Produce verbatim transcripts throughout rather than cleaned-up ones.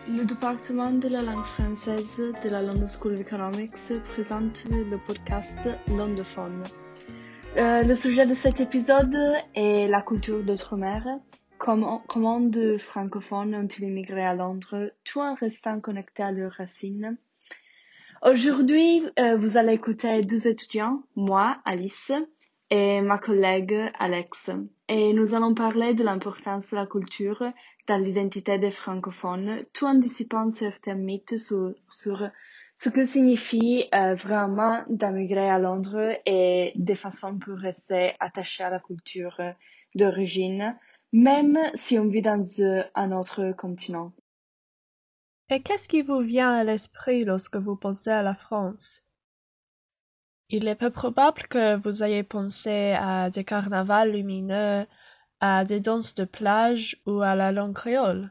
Le département de la langue française de la London School of Economics présente le podcast Londophone. Euh, le sujet de cet épisode est la culture d'outre-mer. Comment, comment de francophones ont-ils immigré à Londres tout en restant connectés à leurs racines? Aujourd'hui, euh, vous allez écouter deux étudiants, moi, Alice, et ma collègue Alex. Et nous allons parler de l'importance de la culture dans l'identité des francophones, tout en dissipant certains mythes sur, sur ce que signifie euh, vraiment d'émigrer à Londres et des façons pour rester attaché à la culture d'origine, même si on vit dans euh, un autre continent. Et qu'est-ce qui vous vient à l'esprit lorsque vous pensez à la France? Il est peu probable que vous ayez pensé à des carnavals lumineux, à des danses de plage ou à la langue créole.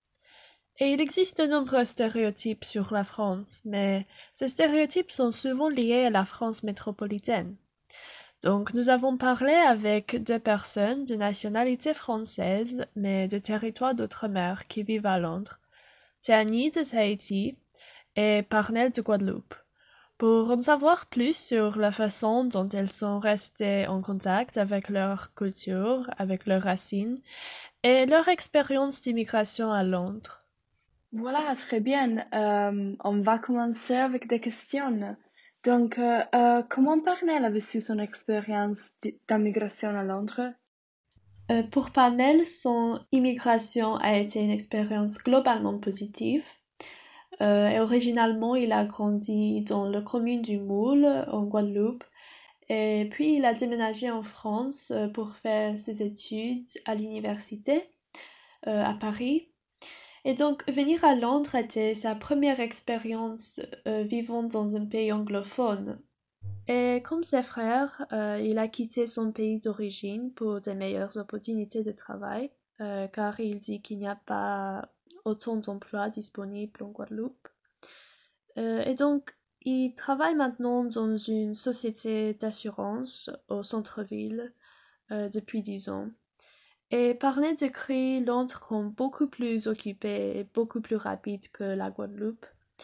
Et il existe de nombreux stéréotypes sur la France, mais ces stéréotypes sont souvent liés à la France métropolitaine. Donc nous avons parlé avec deux personnes de nationalité française, mais de territoires d'outre-mer qui vivent à Londres. Théanie de Tahiti et Parnell de Guadeloupe, pour en savoir plus sur la façon dont elles sont restées en contact avec leur culture, avec leurs racines et leur expérience d'immigration à Londres. Voilà, très bien. Euh, on va commencer avec des questions. Donc, euh, euh, comment Parnell a vécu son expérience d'immigration à Londres? Euh, pour Parnell, son immigration a été une expérience globalement positive. Euh, et originalement, il a grandi dans la commune du Moule, en Guadeloupe. Et puis, il a déménagé en France euh, pour faire ses études à l'université euh, à Paris. Et donc, venir à Londres était sa première expérience euh, vivant dans un pays anglophone. Et comme ses frères, euh, il a quitté son pays d'origine pour de meilleures opportunités de travail, euh, car il dit qu'il n'y a pas autant d'emplois disponibles en Guadeloupe. Euh, et donc, il travaille maintenant dans une société d'assurance au centre-ville euh, depuis dix ans. Et Parnell décrit Londres comme beaucoup plus occupé et beaucoup plus rapide que la Guadeloupe.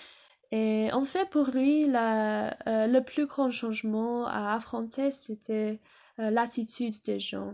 Et en fait, pour lui, la, euh, le plus grand changement à affronter, c'était euh, l'attitude des gens.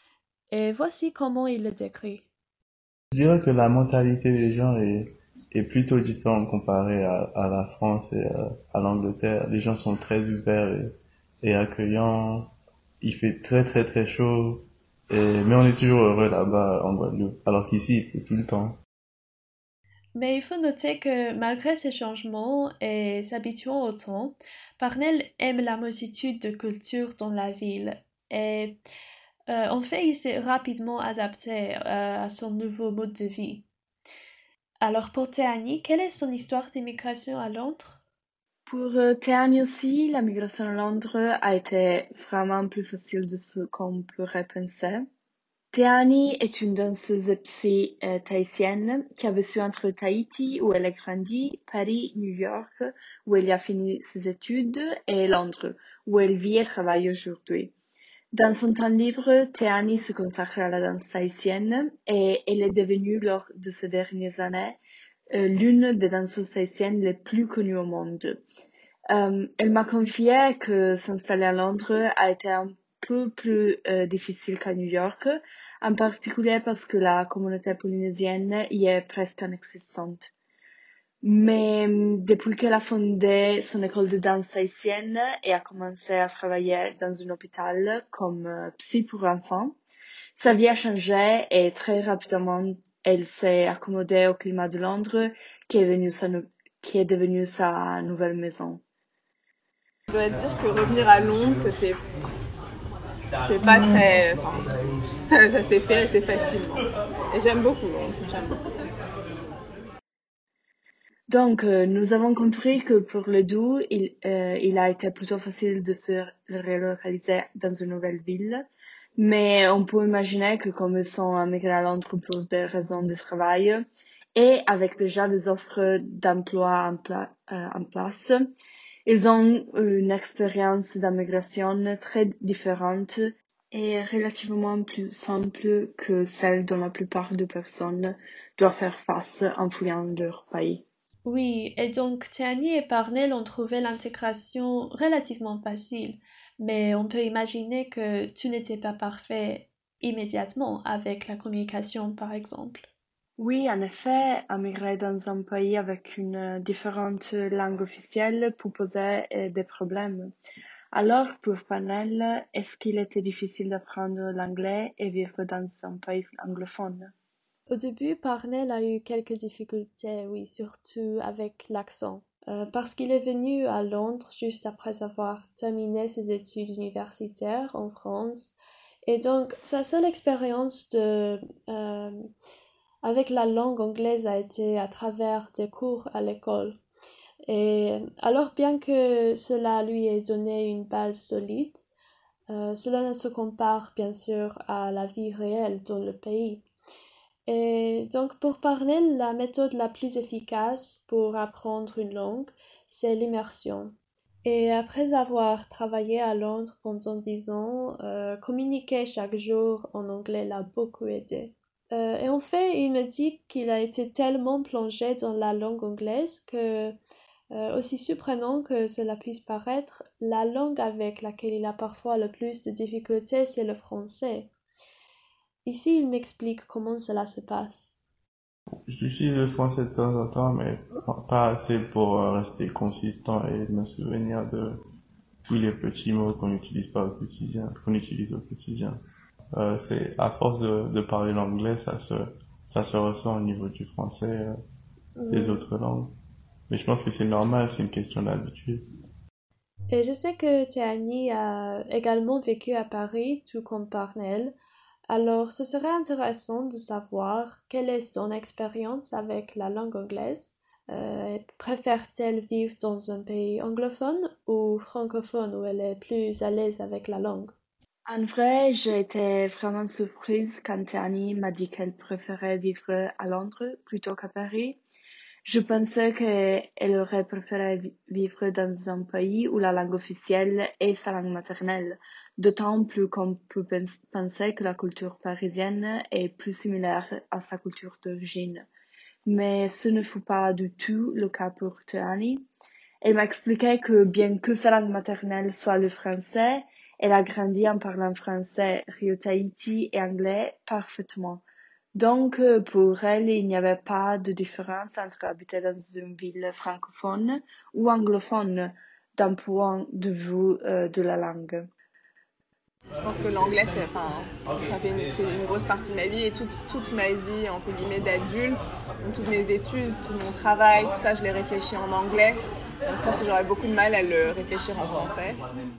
Et voici comment il le décrit. Je dirais que la mentalité des gens est, est plutôt différente comparée à, à la France et euh, à l'Angleterre. Les gens sont très ouverts et, et accueillants. Il fait très très très chaud. Et, mais on est toujours heureux là-bas en Guadeloupe. Alors qu'ici, il fait tout le temps. Mais il faut noter que malgré ces changements et s'habituant au temps, Parnell aime la multitude de cultures dans la ville. Et euh, en fait, il s'est rapidement adapté euh, à son nouveau mode de vie. Alors pour Théanie, quelle est son histoire d'immigration à Londres? Pour euh, Théanie aussi, la migration à Londres a été vraiment plus facile de ce qu'on pourrait penser. Théanie est une danseuse psy euh, tahitienne qui a vécu entre Tahiti, où elle a grandi, Paris, New York, où elle a fini ses études, et Londres, où elle vit et travaille aujourd'hui. Dans son temps libre, Théanie se consacre à la danse tahitienne et elle est devenue, lors de ces dernières années, euh, l'une des danseuses tahitiennes les plus connues au monde. Euh, elle m'a confié que s'installer à Londres a été un peu plus euh, difficile qu'à New York, en particulier parce que la communauté polynésienne y est presque inexistante. Mais euh, depuis qu'elle a fondé son école de danse haïtienne et a commencé à travailler dans un hôpital comme euh, psy pour enfants, sa vie a changé et très rapidement, elle s'est accommodée au climat de Londres, qui est, devenu sa, nou- qui est devenu sa nouvelle maison. Je dois dire que revenir à Londres, c'était, c'était pas très... Enfin, ça, ça s'est fait assez facilement. Et j'aime beaucoup Londres, j'aime beaucoup. Donc, euh, nous avons compris que pour le doux, il, euh, il a été plutôt facile de se relocaliser dans une nouvelle ville. Mais on peut imaginer que comme ils sont immigrés à Londres pour des raisons de travail et avec déjà des offres d'emploi en, pla- euh, en place, ils ont une expérience d'immigration très différente est relativement plus simple que celle dont la plupart des personnes doivent faire face en fouillant leur pays. Oui, et donc Tiani et Parnell ont trouvé l'intégration relativement facile, mais on peut imaginer que tu n'étais pas parfait immédiatement avec la communication, par exemple. Oui, en effet, émigrer dans un pays avec une différente langue officielle peut poser euh, des problèmes. Alors, pour Parnell, est-ce qu'il était difficile d'apprendre l'anglais et vivre dans un pays anglophone? Au début, Parnell a eu quelques difficultés, oui, surtout avec l'accent, euh, parce qu'il est venu à Londres juste après avoir terminé ses études universitaires en France, et donc sa seule expérience de, euh, avec la langue anglaise a été à travers des cours à l'école. Et alors, bien que cela lui ait donné une base solide, euh, cela ne se compare bien sûr à la vie réelle dans le pays. Et donc, pour Parnell, la méthode la plus efficace pour apprendre une langue, c'est l'immersion. Et après avoir travaillé à Londres pendant dix ans, euh, communiquer chaque jour en anglais l'a beaucoup aidé. Euh, et en fait, il me dit qu'il a été tellement plongé dans la langue anglaise que, euh, aussi surprenant que cela puisse paraître, la langue avec laquelle il a parfois le plus de difficultés, c'est le français. Ici, il m'explique comment cela se passe. J'utilise le français de temps en temps, mais pas assez pour euh, rester consistant et me souvenir de tous les petits mots qu'on n'utilise pas au quotidien, qu'on utilise au quotidien. Euh, c'est à force de, de parler l'anglais, ça se, ça se ressent au niveau du français, euh, des Mm. autres langues. Mais je pense que c'est normal, c'est une question d'habitude. Et je sais que Tiani a également vécu à Paris, tout comme Parnell. Alors, ce serait intéressant de savoir quelle est son expérience avec la langue anglaise. Euh, préfère-t-elle vivre dans un pays anglophone ou francophone où elle est plus à l'aise avec la langue? En vrai, j'ai été vraiment surprise quand Tiani m'a dit qu'elle préférait vivre à Londres plutôt qu'à Paris. Je pensais qu'elle aurait préféré vi- vivre dans un pays où la langue officielle est sa langue maternelle, d'autant plus qu'on peut pens- penser que la culture parisienne est plus similaire à sa culture d'origine. Mais ce ne fut pas du tout le cas pour Tiani. Elle m'a expliqué que bien que sa langue maternelle soit le français, elle a grandi en parlant français, ryotaïti et anglais parfaitement. Donc, euh, pour elle, il n'y avait pas de différence entre habiter dans une ville francophone ou anglophone d'un point de vue euh, de la langue. Je pense que l'anglais, c'est, enfin, ça fait une, c'est une grosse partie de ma vie et toute, toute ma vie, entre guillemets, d'adulte, donc toutes mes études, tout mon travail, tout ça, je l'ai réfléchi en anglais. Donc je pense que j'aurais beaucoup de mal à le réfléchir en français.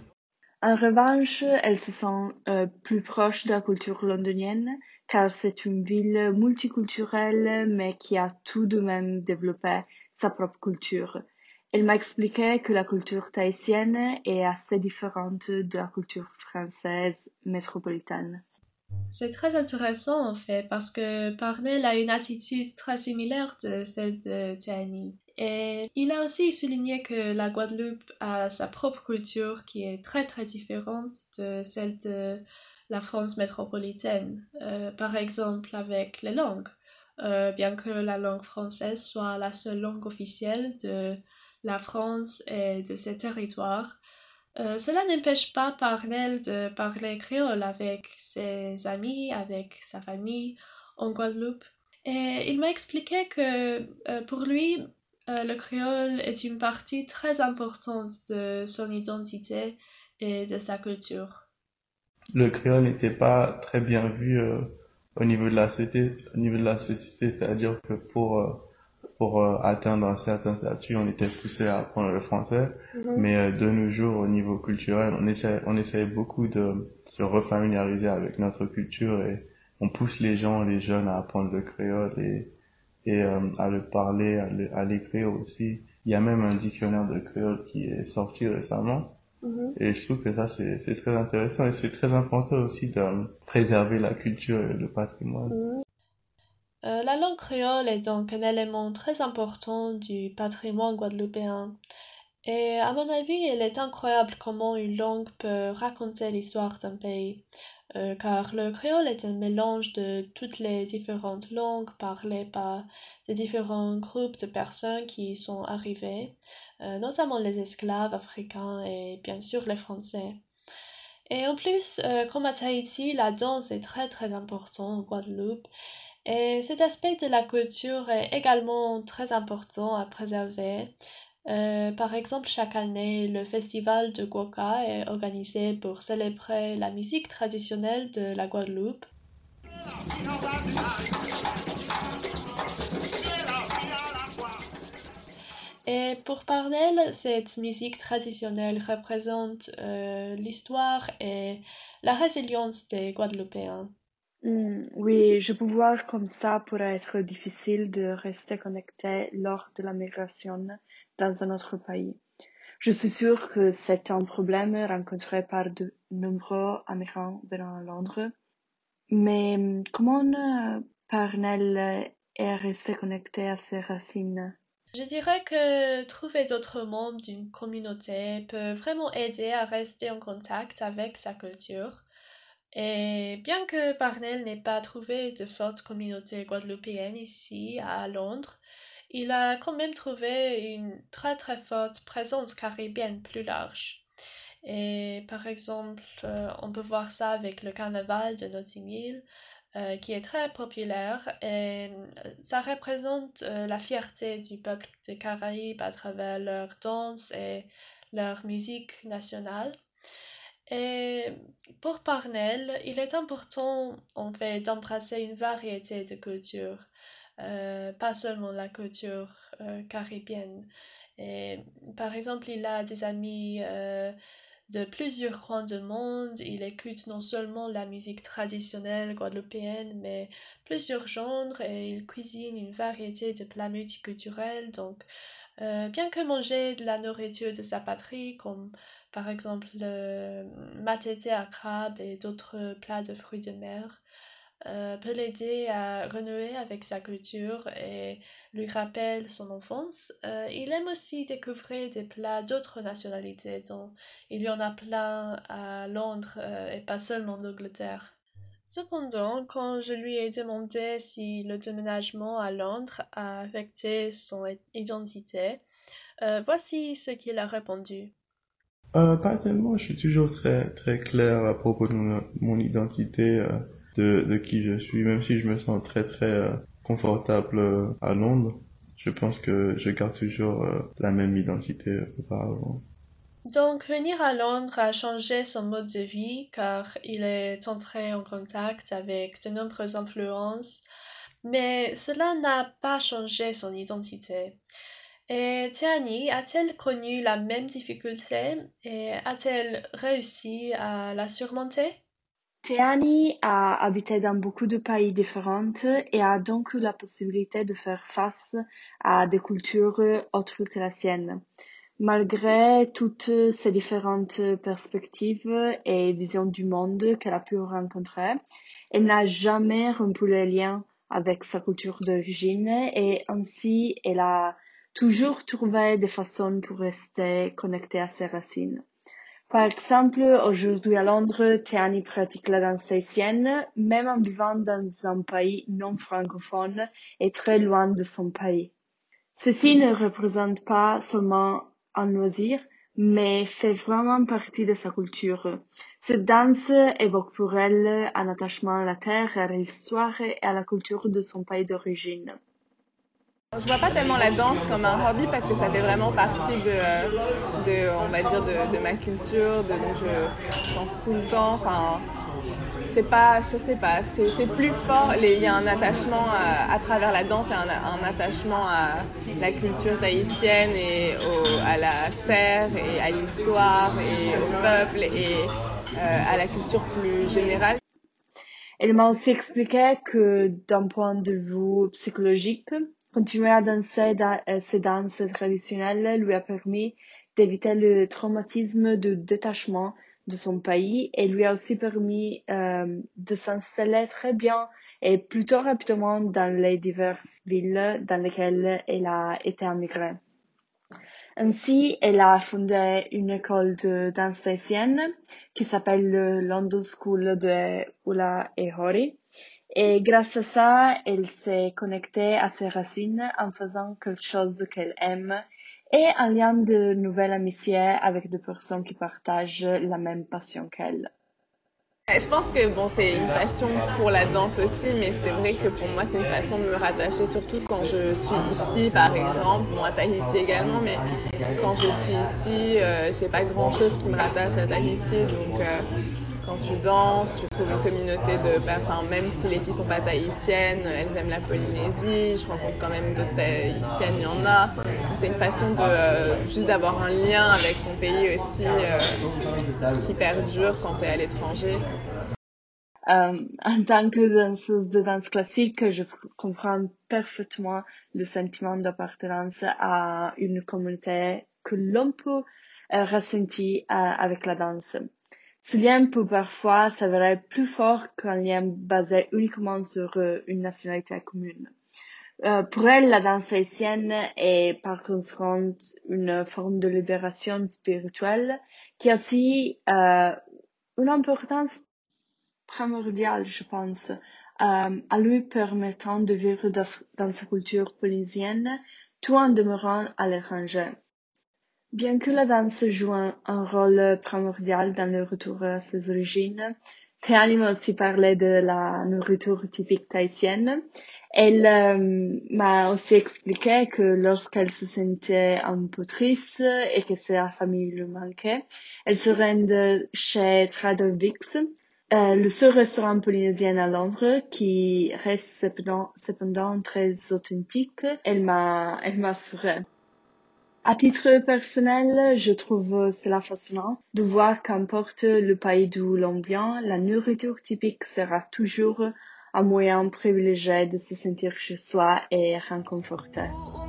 En revanche, elle se sent euh, plus proche de la culture londonienne car c'est une ville multiculturelle mais qui a tout de même développé sa propre culture. Elle m'a expliqué que la culture tahitienne est assez différente de la culture française métropolitaine. C'est très intéressant en fait parce que Parnell a une attitude très similaire de celle de Tiani. Et il a aussi souligné que la Guadeloupe a sa propre culture qui est très très différente de celle de la France métropolitaine. Euh, par exemple avec les langues. Euh, bien que la langue française soit la seule langue officielle de la France et de ses territoires, euh, cela n'empêche pas Parnell de parler créole avec ses amis, avec sa famille en Guadeloupe. Et il m'a expliqué que euh, pour lui, euh, le créole est une partie très importante de son identité et de sa culture. Le créole n'était pas très bien vu euh, au niveau de la société, au niveau de la société, c'est-à-dire que pour euh, pour euh, atteindre un certain statut, on était poussé à apprendre le français, Mhm. mais euh, de nos jours, au niveau culturel, on essaie on essaie beaucoup de se refamiliariser avec notre culture et on pousse les gens, les jeunes à apprendre le créole et et euh, à le parler, à le- à l'écrire aussi. Il y a même un dictionnaire de créole qui est sorti récemment. Mhm. Et je trouve que ça, c'est, c'est très intéressant et c'est très important aussi de euh, préserver la culture et le patrimoine. Mhm. Euh, la langue créole est donc un élément très important du patrimoine guadeloupéen. Et à mon avis, il est incroyable comment une langue peut raconter l'histoire d'un pays. euh, car le créole est un mélange de toutes les différentes langues parlées par des différents groupes de personnes qui y sont arrivés, euh, notamment les esclaves africains et bien sûr les Français. Et en plus, euh, comme à Tahiti, la danse est très très importante en Guadeloupe. Et cet aspect de la culture est également très important à préserver. Euh, par exemple, chaque année, le festival de Goka est organisé pour célébrer la musique traditionnelle de la Guadeloupe. Et pour Parnell, cette musique traditionnelle représente euh, l'histoire et la résilience des Guadeloupéens. Hmm, oui, je peux voir comme ça pourrait être difficile de rester connecté lors de la migration dans un autre pays. Je suis sûre que c'est un problème rencontré par de nombreux immigrants venant à Londres. Mais hum, comment euh, Parnell est resté connecté à ses racines? Je dirais que trouver d'autres membres d'une communauté peut vraiment aider à rester en contact avec sa culture. Et bien que Parnell n'ait pas trouvé de forte communauté guadeloupéenne ici à Londres, il a quand même trouvé une très très forte présence caribéenne plus large. Et par exemple, euh, on peut voir ça avec le carnaval de Notting Hill, euh, qui est très populaire et euh, ça représente euh, la fierté du peuple des Caraïbes à travers leur danse et leur musique nationale. Et pour Parnell, il est important en fait d'embrasser une variété de cultures, euh, pas seulement la culture euh, caribéenne. Et, par exemple, il a des amis euh, de plusieurs coins du monde. Il écoute non seulement la musique traditionnelle guadeloupéenne, mais plusieurs genres et il cuisine une variété de plats multiculturels. Donc, euh, bien que manger de la nourriture de sa patrie, comme par exemple le matete à crabe et d'autres plats de fruits de mer, euh, peut l'aider à renouer avec sa culture et lui rappelle son enfance. Euh, il aime aussi découvrir des plats d'autres nationalités, dont il y en a plein à Londres euh, et pas seulement en Angleterre. Cependant, quand je lui ai demandé si le déménagement à Londres a affecté son identité, euh, voici ce qu'il a répondu. Euh, pas tellement, je suis toujours très très clair à propos de mon, mon identité, euh, de, de qui je suis, même si je me sens très très euh, confortable euh, à Londres. Je pense que je garde toujours euh, la même identité qu'auparavant. Donc, venir à Londres a changé son mode de vie car il est entré en contact avec de nombreuses influences, mais cela n'a pas changé son identité. Et Tiani a-t-elle connu la même difficulté et a-t-elle réussi à la surmonter? Teani a habité dans beaucoup de pays différents et a donc eu la possibilité de faire face à des cultures autres que la sienne. Malgré toutes ces différentes perspectives et visions du monde qu'elle a pu rencontrer, elle n'a jamais rompu les liens avec sa culture d'origine et ainsi elle a toujours trouvé des façons pour rester connectée à ses racines. Par exemple, aujourd'hui à Londres, Tiani pratique la danse haïtienne, même en vivant dans un pays non francophone et très loin de son pays. Ceci ne représente pas seulement un loisir, mais fait vraiment partie de sa culture. Cette danse évoque pour elle un attachement à la terre, à l'histoire et à la culture de son pays d'origine. Je vois pas tellement la danse comme un hobby parce que ça fait vraiment partie de, de on va dire, de, de ma culture, de, donc je danse tout le temps. Enfin, c'est pas, je sais pas, c'est, c'est plus fort. Il y a un attachement à, à travers la danse, et un, un attachement à la culture tahitienne et au, à la terre et à l'histoire et au peuple et euh, à la culture plus générale. Elle m'a aussi expliqué que d'un point de vue psychologique, continuer à danser da- euh, ces danses traditionnelles lui a permis d'éviter le traumatisme de détachement de son pays et lui a aussi permis euh, de s'installer très bien et plutôt rapidement dans les diverses villes dans lesquelles elle a été immigrée. Ainsi, elle a fondé une école de danse tahitienne qui s'appelle le London School de Ula e Hori. Et grâce à ça, elle s'est connectée à ses racines en faisant quelque chose qu'elle aime et en liant de nouvelles amitiés avec des personnes qui partagent la même passion qu'elle. Je pense que bon, c'est une passion pour la danse aussi, mais c'est vrai que pour moi, c'est une façon de me rattacher, surtout quand je suis ici, par exemple, bon, à Tahiti également, mais quand je suis ici, euh, j'ai pas grand-chose qui me rattache à Tahiti, donc euh, quand tu danses, tu trouves une communauté de, enfin, même si les filles sont pas tahitiennes, elles aiment la Polynésie, je rencontre quand même d'autres tahitiennes, il y en a. C'est une façon de euh, juste d'avoir un lien avec ton pays aussi euh, qui perdure quand tu es à l'étranger. Euh, en tant que danseuse de danse classique, je comprends parfaitement le sentiment d'appartenance à une communauté que l'on peut euh, ressentir euh, avec la danse. Ce lien peut parfois s'avérer plus fort qu'un lien basé uniquement sur euh, une nationalité commune. Euh, pour elle, la danse haïtienne est par conséquent une forme de libération spirituelle qui a aussi euh, une importance primordiale, je pense, euh, à lui permettant de vivre dans, dans sa culture polynésienne tout en demeurant à l'étranger. Bien que la danse joue un, un rôle primordial dans le retour à ses origines, Teani m'a aussi parlé de la nourriture typique tahitienne. Elle euh, m'a aussi expliqué que lorsqu'elle se sentait un peu triste et que sa famille lui manquait, elle se rendait chez Trader Vic's, euh, le seul restaurant polynésien à Londres qui reste cependant, cependant très authentique. Elle m'a, elle m'a assuré. À titre personnel, je trouve cela fascinant de voir qu'importe le pays d'où l'on vient, la nourriture typique sera toujours un moyen privilégié de se sentir chez soi et réconforté.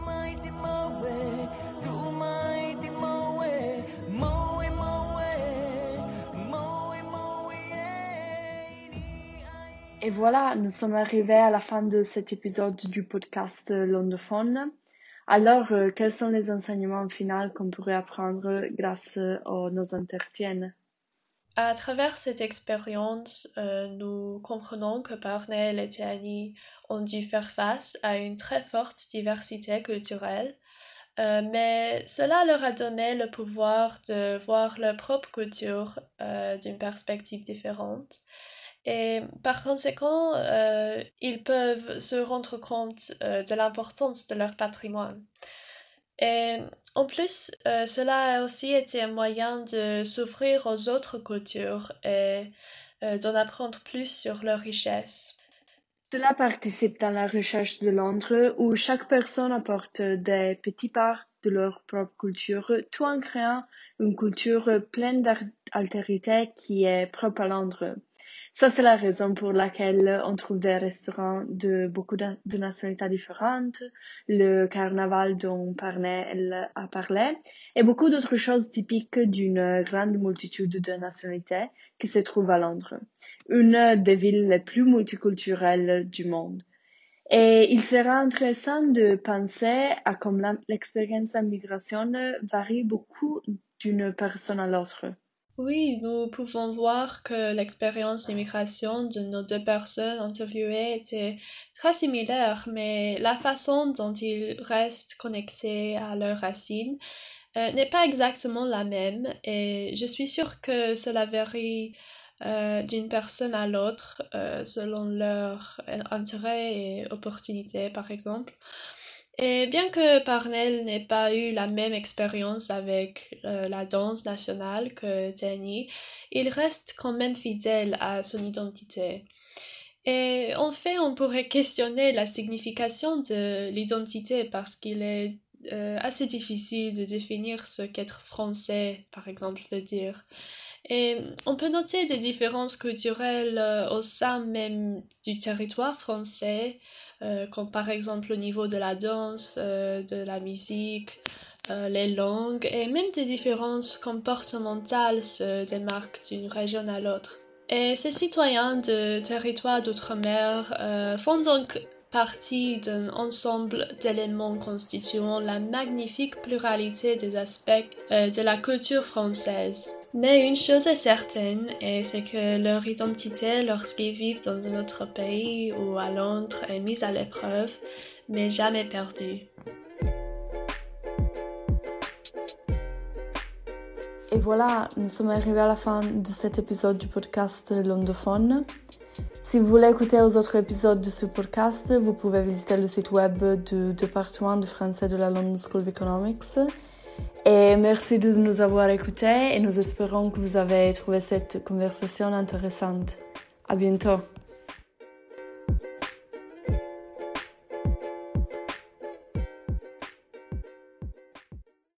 Et voilà, nous sommes arrivés à la fin de cet épisode du podcast Londophone. Alors, euh, quels sont les enseignements finaux qu'on pourrait apprendre grâce à nos entretiens? À travers cette expérience, euh, nous comprenons que Parnell et Teani ont dû faire face à une très forte diversité culturelle, euh, mais cela leur a donné le pouvoir de voir leur propre culture euh, d'une perspective différente. Et par conséquent, euh, ils peuvent se rendre compte euh, de l'importance de leur patrimoine. Et en plus, euh, cela a aussi été un moyen de s'ouvrir aux autres cultures et euh, d'en apprendre plus sur leur richesse. Cela participe dans la recherche de Londres où chaque personne apporte des petits parts de leur propre culture, tout en créant une culture pleine d'altérité qui est propre à Londres. Ça, c'est la raison pour laquelle on trouve des restaurants de beaucoup de, de nationalités différentes, le carnaval dont Parnell a parlé, et beaucoup d'autres choses typiques d'une grande multitude de nationalités qui se trouvent à Londres, une des villes les plus multiculturelles du monde. Et il sera intéressant de penser à comment l'expérience d'immigration varie beaucoup d'une personne à l'autre. Oui, nous pouvons voir que l'expérience d'immigration de nos deux personnes interviewées était très similaire, mais la façon dont ils restent connectés à leurs racines euh, n'est pas exactement la même et je suis sûre que cela varie euh, d'une personne à l'autre euh, selon leurs intérêts et opportunités, par exemple. Et bien que Parnell n'ait pas eu la même expérience avec euh, la danse nationale que Teani, il reste quand même fidèle à son identité. Et en fait, on pourrait questionner la signification de l'identité parce qu'il est euh, assez difficile de définir ce qu'être français, par exemple, veut dire. Et on peut noter des différences culturelles euh, au sein même du territoire français, euh, comme par exemple au niveau de la danse, euh, de la musique, euh, les langues, et même des différences comportementales se démarquent d'une région à l'autre. Et ces citoyens de territoires d'outre-mer euh, font donc partie d'un ensemble d'éléments constituant la magnifique pluralité des aspects euh, de la culture française. Mais une chose est certaine, et c'est que leur identité lorsqu'ils vivent dans un autre pays ou à Londres est mise à l'épreuve, mais jamais perdue. Et voilà, nous sommes arrivés à la fin de cet épisode du podcast Londophone. Si vous voulez écouter aux autres épisodes de ce podcast, vous pouvez visiter le site web du département de français de la London School of Economics. Et merci de nous avoir écoutés et nous espérons que vous avez trouvé cette conversation intéressante. À bientôt.